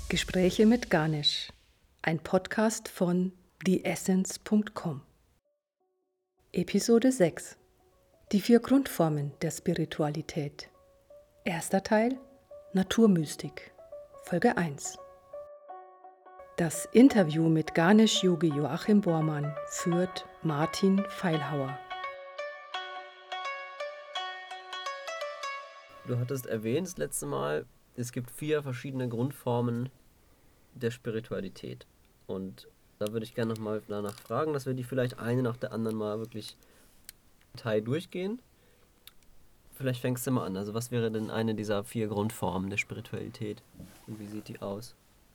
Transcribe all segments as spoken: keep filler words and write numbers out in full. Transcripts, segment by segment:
Gespräche mit Ganesh, ein Podcast von the essence punkt com. Episode sechs. Die vier Grundformen der Spiritualität. Erster Teil: Naturmystik. Folge eins. Das Interview mit Ganesh-Yogi Joachim Bormann führt Martin Feilhauer. Du hattest erwähnt das letzte Mal, es gibt vier verschiedene Grundformen der Spiritualität. Und da würde ich gerne nochmal danach fragen, dass wir die vielleicht eine nach der anderen mal wirklich im Detail durchgehen. Vielleicht fängst du mal an. Also was wäre denn eine dieser vier Grundformen der Spiritualität? Und wie sieht die aus?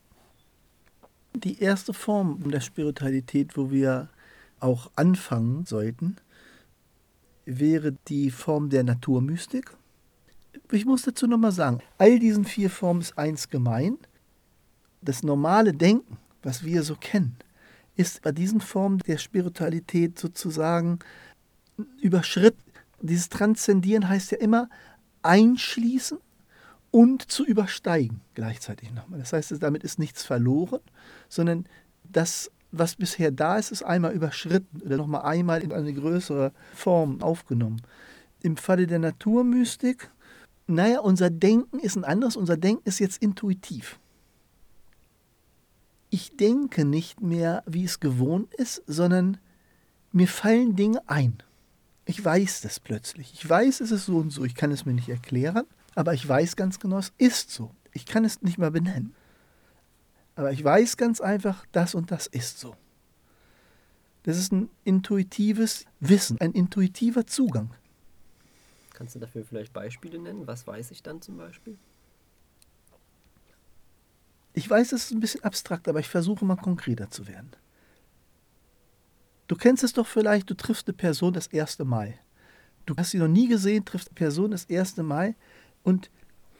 Die erste Form der Spiritualität, wo wir auch anfangen sollten, wäre die Form der Naturmystik. Ich muss dazu nochmal sagen, all diesen vier Formen ist eins gemein. Das normale Denken, was wir so kennen, ist bei diesen Formen der Spiritualität sozusagen überschritten. Dieses Transzendieren heißt ja immer einschließen und zu übersteigen gleichzeitig nochmal. Das heißt, damit ist nichts verloren, sondern das, was bisher da ist, ist einmal überschritten oder nochmal einmal in eine größere Form aufgenommen. Im Falle der Naturmystik, naja, unser Denken ist ein anderes. Unser Denken ist jetzt intuitiv. Ich denke nicht mehr, wie es gewohnt ist, sondern mir fallen Dinge ein. Ich weiß das plötzlich. Ich weiß, es ist so und so. Ich kann es mir nicht erklären, aber ich weiß ganz genau, es ist so. Ich kann es nicht mal benennen. Aber ich weiß ganz einfach, das und das ist so. Das ist ein intuitives Wissen, ein intuitiver Zugang. Kannst du dafür vielleicht Beispiele nennen? Was weiß ich dann zum Beispiel? Ich weiß, es ist ein bisschen abstrakt, aber ich versuche mal konkreter zu werden. Du kennst es doch vielleicht, du triffst eine Person das erste Mal. Du hast sie noch nie gesehen, triffst eine Person das erste Mal und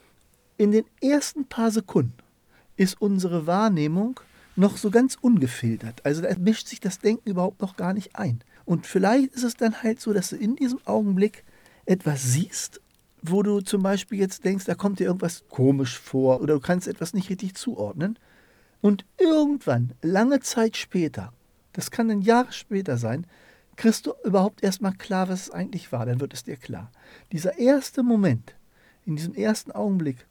in den ersten paar Sekunden ist unsere Wahrnehmung noch so ganz ungefiltert. Also da mischt sich das Denken überhaupt noch gar nicht ein. Und vielleicht ist es dann halt so, dass du in diesem Augenblick etwas siehst, wo du zum Beispiel jetzt denkst, da kommt dir irgendwas komisch vor oder du kannst etwas nicht richtig zuordnen. Und irgendwann, lange Zeit später, das kann ein Jahr später sein, kriegst du überhaupt erstmal klar, was es eigentlich war. Dann wird es dir klar. Dieser erste Moment, in diesem ersten Augenblick,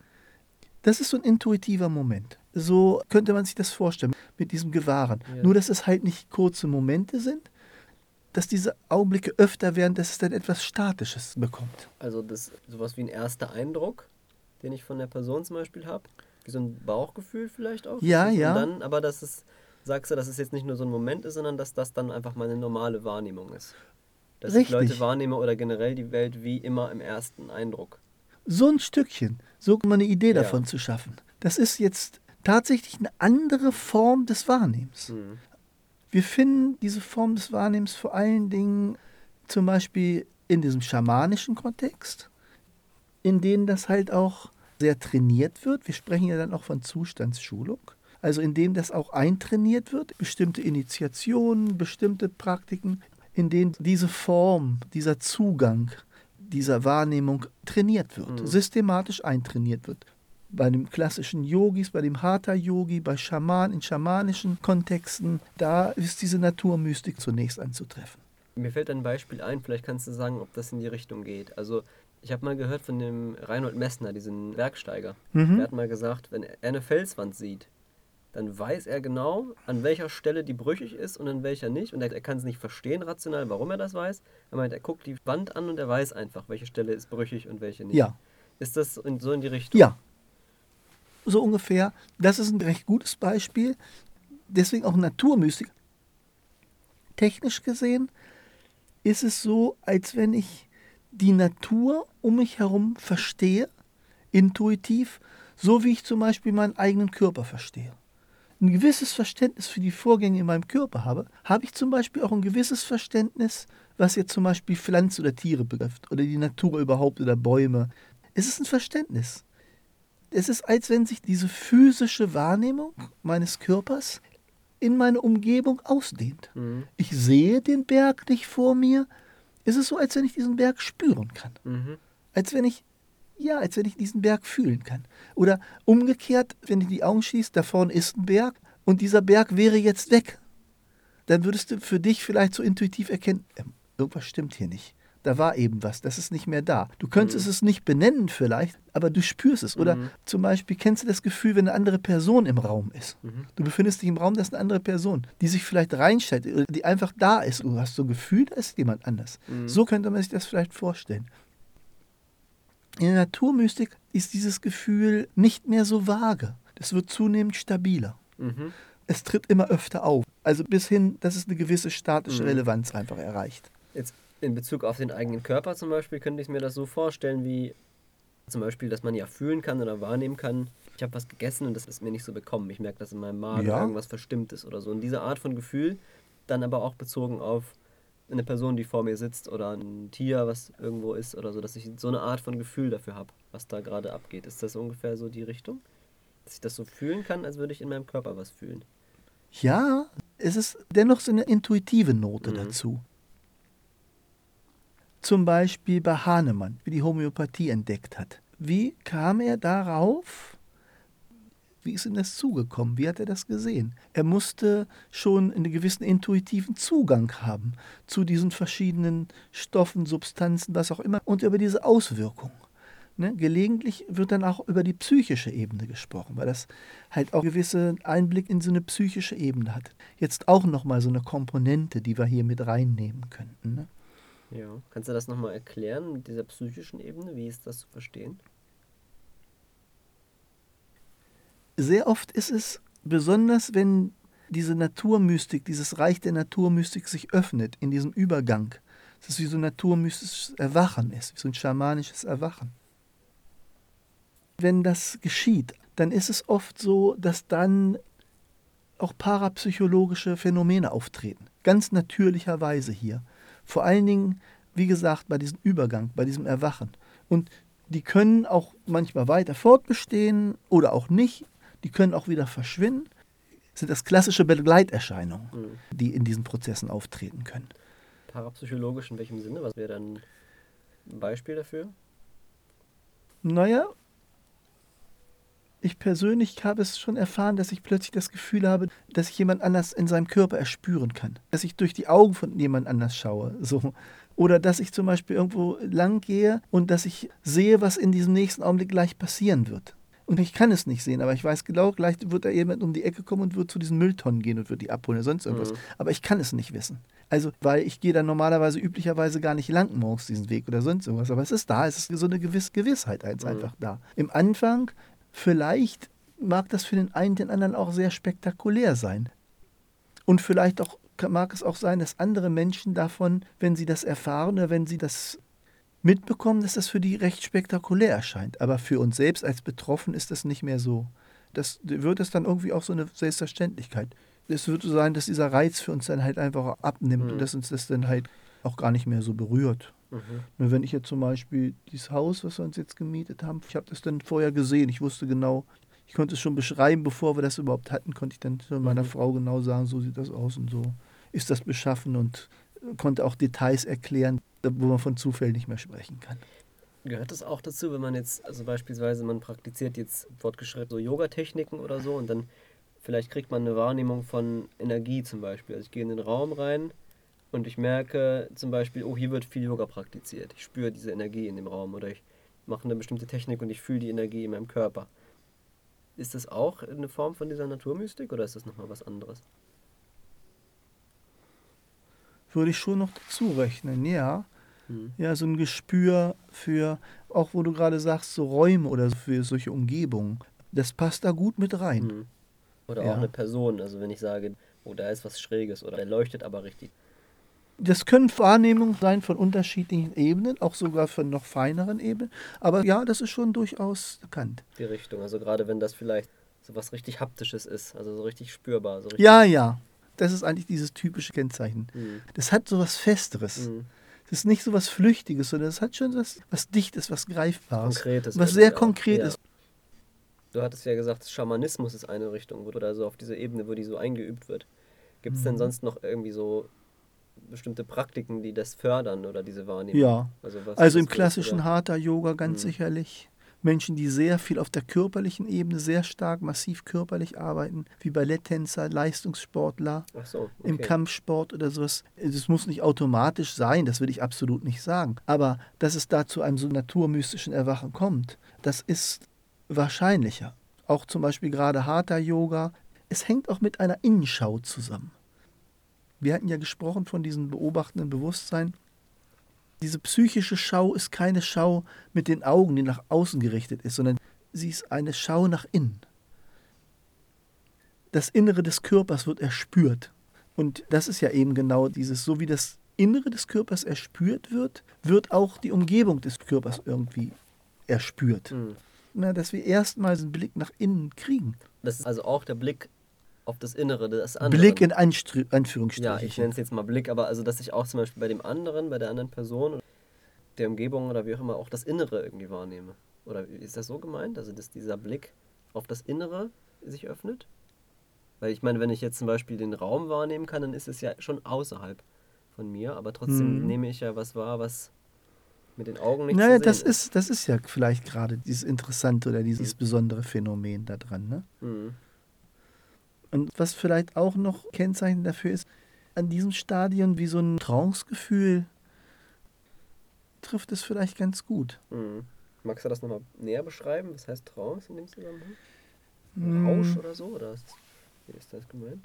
das ist so ein intuitiver Moment. So könnte man sich das vorstellen, mit diesem Gewahren. Ja. Nur, dass es halt nicht kurze Momente sind, dass diese Augenblicke öfter werden, dass es dann etwas Statisches bekommt. Also das sowas wie ein erster Eindruck, den ich von der Person zum Beispiel habe, wie so ein Bauchgefühl vielleicht auch. Ja, ja. Und dann, aber dass es, sagst du, dass es jetzt nicht nur so ein Moment ist, sondern dass das dann einfach meine normale Wahrnehmung ist. Dass Richtig. ich Leute wahrnehme oder generell die Welt wie immer im ersten Eindruck. So ein Stückchen, so mal eine Idee Ja. davon zu schaffen. Das ist jetzt tatsächlich eine andere Form des Wahrnehmens. Mhm. Wir finden diese Form des Wahrnehmens vor allen Dingen zum Beispiel in diesem schamanischen Kontext, in dem das halt auch sehr trainiert wird. Wir sprechen ja dann auch von Zustandsschulung. Also in dem das auch eintrainiert wird, bestimmte Initiationen, bestimmte Praktiken, in denen diese Form, dieser Zugang, dieser Wahrnehmung trainiert wird, mhm. systematisch eintrainiert wird. Bei den klassischen Yogis, bei dem Hatha-Yogi, bei Schamanen, in schamanischen Kontexten, da ist diese Naturmystik zunächst anzutreffen. Mir fällt ein Beispiel ein, vielleicht kannst du sagen, ob das in die Richtung geht. Also ich habe mal gehört von dem Reinhold Messner, diesen Bergsteiger. Mhm. Der hat mal gesagt, wenn er eine Felswand sieht, dann weiß er genau, an welcher Stelle die brüchig ist und an welcher nicht. Und er, er kann es nicht verstehen rational, warum er das weiß. Er meint, er guckt die Wand an und er weiß einfach, welche Stelle ist brüchig und welche nicht. Ja. Ist das in, so in die Richtung? Ja. So ungefähr. Das ist ein recht gutes Beispiel. Deswegen auch Naturmystik. Technisch gesehen ist es so, als wenn ich die Natur um mich herum verstehe, intuitiv, so wie ich zum Beispiel meinen eigenen Körper verstehe. Ein gewisses Verständnis für die Vorgänge in meinem Körper habe, habe ich zum Beispiel auch ein gewisses Verständnis, was jetzt zum Beispiel Pflanzen oder Tiere betrifft oder die Natur überhaupt oder Bäume. Es ist ein Verständnis. Es ist, als wenn sich diese physische Wahrnehmung meines Körpers in meine Umgebung ausdehnt. Mhm. Ich sehe den Berg nicht vor mir. Es ist so, als wenn ich diesen Berg spüren kann. Mhm. Als wenn ich Ja, als wenn ich diesen Berg fühlen kann. Oder umgekehrt, wenn du die Augen schließt, da vorne ist ein Berg und dieser Berg wäre jetzt weg. Dann würdest du für dich vielleicht so intuitiv erkennen, äh, irgendwas stimmt hier nicht. Da war eben was, das ist nicht mehr da. Du könntest mhm. es nicht benennen vielleicht, aber du spürst es. Oder mhm. zum Beispiel kennst du das Gefühl, wenn eine andere Person im Raum ist. Mhm. Du befindest dich im Raum, da ist eine andere Person, die sich vielleicht reinstellt, oder die einfach da ist. Und du hast so ein Gefühl, da ist jemand anders. Mhm. So könnte man sich das vielleicht vorstellen. In der Naturmystik ist dieses Gefühl nicht mehr so vage. Es wird zunehmend stabiler. Mhm. Es tritt immer öfter auf. Also bis hin, dass es eine gewisse statische mhm. Relevanz einfach erreicht. Jetzt in Bezug auf den eigenen Körper zum Beispiel könnte ich mir das so vorstellen, wie zum Beispiel, dass man ja fühlen kann oder wahrnehmen kann, ich habe was gegessen und das ist mir nicht so bekommen. Ich merke, dass in meinem Magen ja. irgendwas verstimmt ist oder so. Und diese Art von Gefühl dann aber auch bezogen auf eine Person, die vor mir sitzt oder ein Tier, was irgendwo ist oder so, dass ich so eine Art von Gefühl dafür habe, was da gerade abgeht. Ist das ungefähr so die Richtung? Dass ich das so fühlen kann, als würde ich in meinem Körper was fühlen? Ja, es ist dennoch so eine intuitive Note mhm. dazu. Zum Beispiel bei Hahnemann, wie die Homöopathie entdeckt hat. Wie kam er darauf? Wie ist ihm das zugekommen? Wie hat er das gesehen? Er musste schon einen gewissen intuitiven Zugang haben zu diesen verschiedenen Stoffen, Substanzen, was auch immer, und über diese Auswirkungen. Ne? Gelegentlich wird dann auch über die psychische Ebene gesprochen, weil das halt auch gewisse Einblick in so eine psychische Ebene hat. Jetzt auch nochmal so eine Komponente, die wir hier mit reinnehmen könnten. Ne? Ja, kannst du das nochmal erklären mit dieser psychischen Ebene? Wie ist das zu verstehen? Sehr oft ist es, besonders wenn diese Naturmystik, dieses Reich der Naturmystik sich öffnet in diesem Übergang, dass es wie so ein naturmystisches Erwachen ist, wie so ein schamanisches Erwachen. Wenn das geschieht, dann ist es oft so, dass dann auch parapsychologische Phänomene auftreten. Ganz natürlicherweise hier. Vor allen Dingen, wie gesagt, bei diesem Übergang, bei diesem Erwachen. Und die können auch manchmal weiter fortbestehen oder auch nicht. Die können auch wieder verschwinden. Das sind das klassische Begleiterscheinungen, mhm. die in diesen Prozessen auftreten können. Parapsychologisch in welchem Sinne? Was wäre dann ein Beispiel dafür? Naja, ich persönlich habe es schon erfahren, dass ich plötzlich das Gefühl habe, dass ich jemand anders in seinem Körper erspüren kann. Dass ich durch die Augen von jemand anders schaue. So. Oder dass ich zum Beispiel irgendwo lang gehe und dass ich sehe, was in diesem nächsten Augenblick gleich passieren wird. Und ich kann es nicht sehen, aber ich weiß genau, gleich wird da jemand um die Ecke kommen und wird zu diesen Mülltonnen gehen und wird die abholen oder sonst irgendwas. Mhm. Aber ich kann es nicht wissen. Also, weil ich gehe da normalerweise, üblicherweise gar nicht lang morgens diesen Weg oder sonst irgendwas. Aber es ist da, es ist so eine gewisse Gewissheit mhm. einfach da. Im Anfang, vielleicht mag das für den einen, den anderen auch sehr spektakulär sein. Und vielleicht auch mag es auch sein, dass andere Menschen davon, wenn sie das erfahren oder wenn sie das mitbekommen, dass das für die recht spektakulär erscheint. Aber für uns selbst als Betroffen ist das nicht mehr so. Das wird es dann irgendwie auch so eine Selbstverständlichkeit. Es wird so sein, dass dieser Reiz für uns dann halt einfach abnimmt mhm. und dass uns das dann halt auch gar nicht mehr so berührt. Mhm. Nur wenn ich jetzt zum Beispiel dieses Haus, was wir uns jetzt gemietet haben, ich habe das dann vorher gesehen, ich wusste genau, ich konnte es schon beschreiben, bevor wir das überhaupt hatten, konnte ich dann zu meiner mhm. Frau genau sagen, so sieht das aus und so ist das beschaffen und konnte auch Details erklären, wo man von Zufällen nicht mehr sprechen kann. Gehört das auch dazu, wenn man jetzt, also beispielsweise man praktiziert jetzt fortgeschritten so Yoga-Techniken oder so und dann vielleicht kriegt man eine Wahrnehmung von Energie zum Beispiel. Also ich gehe in den Raum rein und ich merke zum Beispiel, oh, hier wird viel Yoga praktiziert. Ich spüre diese Energie in dem Raum oder ich mache eine bestimmte Technik und ich fühle die Energie in meinem Körper. Ist das auch eine Form von dieser Naturmystik oder ist das nochmal was anderes? Würde ich schon noch dazu rechnen, ja. Hm. Ja, so ein Gespür für, auch wo du gerade sagst, so Räume oder für solche Umgebungen. Das passt da gut mit rein. Hm. Oder ja. auch eine Person, also wenn ich sage, oh, da ist was Schräges oder der leuchtet aber richtig. Das können Wahrnehmungen sein von unterschiedlichen Ebenen, auch sogar von noch feineren Ebenen. Aber ja, das ist schon durchaus bekannt. Die Richtung, also gerade wenn das vielleicht so was richtig Haptisches ist, also so richtig spürbar. So richtig ja, ja. Das ist eigentlich dieses typische Kennzeichen. Mhm. Das hat so was Festeres. Mhm. Das ist nicht so was Flüchtiges, sondern das hat schon was, was Dichtes, was Greifbares. Konkretes. Was sehr konkret ja. ist. Du hattest ja gesagt, Schamanismus ist eine Richtung, wo du da so auf diese Ebene, wo die so eingeübt wird. Gibt es mhm. denn sonst noch irgendwie so bestimmte Praktiken, die das fördern oder diese Wahrnehmung? Ja, also, was also im klassischen Hatha-Yoga ganz mhm. sicherlich. Menschen, die sehr viel auf der körperlichen Ebene, sehr stark, massiv körperlich arbeiten, wie Balletttänzer, Leistungssportler, Ach so, okay. im Kampfsport oder sowas. Das muss nicht automatisch sein, das will ich absolut nicht sagen. Aber dass es da zu einem so naturmystischen Erwachen kommt, das ist wahrscheinlicher. Auch zum Beispiel gerade Hatha-Yoga. Es hängt auch mit einer Innenschau zusammen. Wir hatten ja gesprochen von diesem beobachtenden Bewusstsein. Diese psychische Schau ist keine Schau mit den Augen, die nach außen gerichtet ist, sondern sie ist eine Schau nach innen. Das Innere des Körpers wird erspürt. Und das ist ja eben genau dieses, so wie das Innere des Körpers erspürt wird, wird auch die Umgebung des Körpers irgendwie erspürt. Mhm. Na, dass wir erstmal einen Blick nach innen kriegen. Das ist also auch der Blick auf das Innere des anderen. Blick in Anstr- Anführungsstrichen. Ja, ich nenne es jetzt mal Blick, aber also, dass ich auch zum Beispiel bei dem anderen, bei der anderen Person, der Umgebung oder wie auch immer, auch das Innere irgendwie wahrnehme. Oder ist das so gemeint? Also, dass dieser Blick auf das Innere sich öffnet? Weil ich meine, wenn ich jetzt zum Beispiel den Raum wahrnehmen kann, dann ist es ja schon außerhalb von mir, aber trotzdem Mhm. nehme ich ja was wahr, was mit den Augen nicht Naja, zu sehen das ist, das ist ja vielleicht gerade dieses Interessante oder dieses Mhm. besondere Phänomen da dran. Ne? Mhm. Und was vielleicht auch noch Kennzeichen dafür ist, an diesem Stadion wie so ein Trancegefühl trifft es vielleicht ganz gut. Mhm. Magst du das nochmal näher beschreiben? Was heißt Trance in dem Zusammenhang? Mm. Rausch oder so? Oder ist, wie ist das gemeint?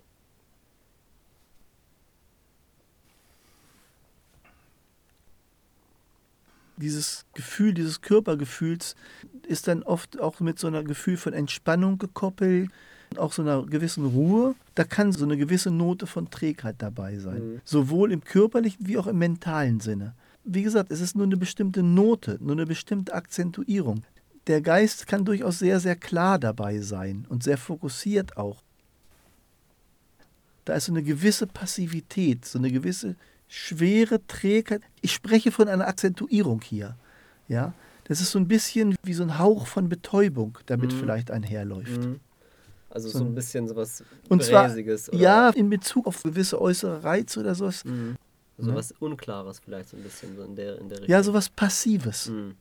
Dieses Gefühl, dieses Körpergefühls ist dann oft auch mit so einem Gefühl von Entspannung gekoppelt, auch so einer gewissen Ruhe. Da kann so eine gewisse Note von Trägheit dabei sein. Mhm. Sowohl im körperlichen wie auch im mentalen Sinne. Wie gesagt, es ist nur eine bestimmte Note, nur eine bestimmte Akzentuierung. Der Geist kann durchaus sehr, sehr klar dabei sein und sehr fokussiert auch. Da ist so eine gewisse Passivität, so eine gewisse schwere Trägheit. Ich spreche von einer Akzentuierung hier. Ja? Das ist so ein bisschen wie so ein Hauch von Betäubung, damit Mhm. vielleicht einherläuft. Mhm. Also So so ein- ein bisschen sowas Und zwar, Bräsiges. Oder? ja, in Bezug auf gewisse äußere Reize oder sowas. Mhm. So Ne? was Unklares vielleicht so ein bisschen so in der, in der Richtung. Ja, sowas Passives. Mhm.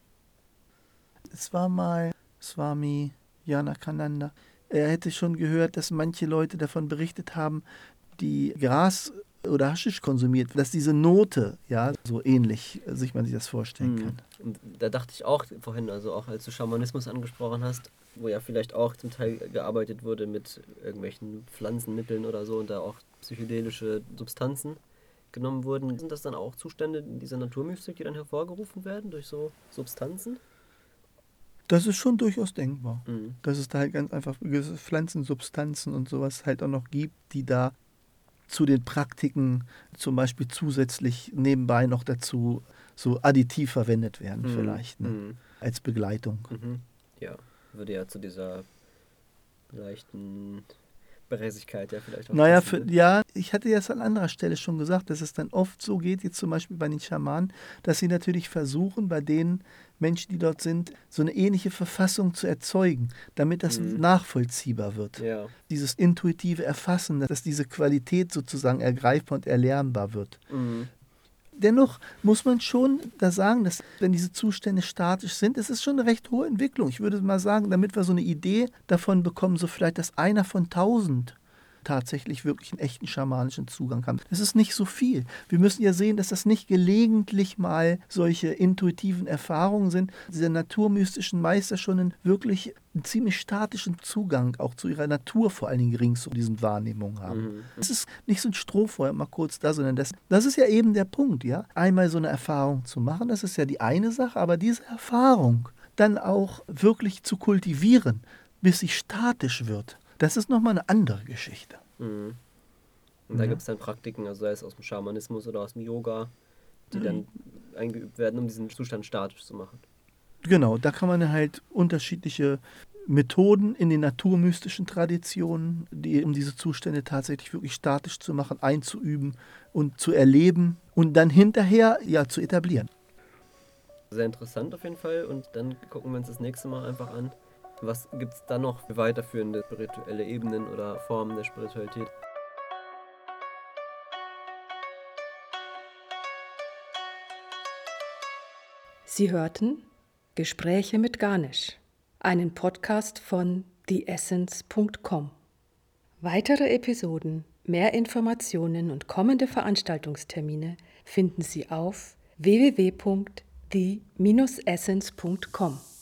Es war mal Swami Janakananda. Er hätte schon gehört, dass manche Leute davon berichtet haben, die Gras oder Haschisch konsumiert, dass diese Note, ja, so ähnlich sich man sich das vorstellen Mhm. kann. Und da dachte ich auch vorhin, also auch als du Schamanismus angesprochen hast, wo ja vielleicht auch zum Teil gearbeitet wurde mit irgendwelchen Pflanzenmitteln oder so und da auch psychedelische Substanzen genommen wurden. Sind das dann auch Zustände in dieser Naturmystik, die dann hervorgerufen werden durch so Substanzen? Das ist schon durchaus denkbar. Mhm. Dass es da halt ganz einfach gewisse Pflanzensubstanzen und sowas halt auch noch gibt, die da zu den Praktiken zum Beispiel zusätzlich nebenbei noch dazu so additiv verwendet werden Mhm. vielleicht, ne? Mhm. Als Begleitung. Mhm. Ja, würde ja zu dieser leichten Bräsigkeit ja vielleicht auch Naja, passen, für, ne? ja, ich hatte ja es an anderer Stelle schon gesagt, dass es dann oft so geht, jetzt zum Beispiel bei den Schamanen, dass sie natürlich versuchen, bei den Menschen, die dort sind, so eine ähnliche Verfassung zu erzeugen, damit das Mhm. nachvollziehbar wird. Ja. Dieses intuitive Erfassen, dass diese Qualität sozusagen ergreifbar und erlernbar wird. Mhm. Dennoch muss man schon da sagen, dass wenn diese Zustände statisch sind, es ist schon eine recht hohe Entwicklung. Ich würde mal sagen, damit wir so eine Idee davon bekommen, so vielleicht, dass einer von tausend tatsächlich wirklich einen echten schamanischen Zugang haben. Das ist nicht so viel. Wir müssen ja sehen, dass das nicht gelegentlich mal solche intuitiven Erfahrungen sind. Diese naturmystischen Meister schon einen wirklich einen ziemlich statischen Zugang auch zu ihrer Natur vor allen Dingen rings um diesen Wahrnehmungen haben. Mhm. Es ist nicht so ein Strohfeuer mal kurz da, sondern das, das ist ja eben der Punkt, ja. Einmal so eine Erfahrung zu machen, das ist ja die eine Sache, aber diese Erfahrung dann auch wirklich zu kultivieren, bis sie statisch wird, das ist nochmal eine andere Geschichte. Mhm. Und da Ja. gibt es dann Praktiken, also sei es aus dem Schamanismus oder aus dem Yoga, die dann eingeübt werden, um diesen Zustand statisch zu machen. Genau, da kann man halt unterschiedliche Methoden in den naturmystischen Traditionen, die, um diese Zustände tatsächlich wirklich statisch zu machen, einzuüben und zu erleben und dann hinterher ja zu etablieren. Sehr interessant auf jeden Fall und dann gucken wir uns das nächste Mal einfach an, was gibt es da noch für weiterführende spirituelle Ebenen oder Formen der Spiritualität. Sie hörten Gespräche mit Ganesh, einen Podcast von the essence punkt com. Weitere Episoden, mehr Informationen und kommende Veranstaltungstermine finden Sie auf w w w punkt the essence punkt com.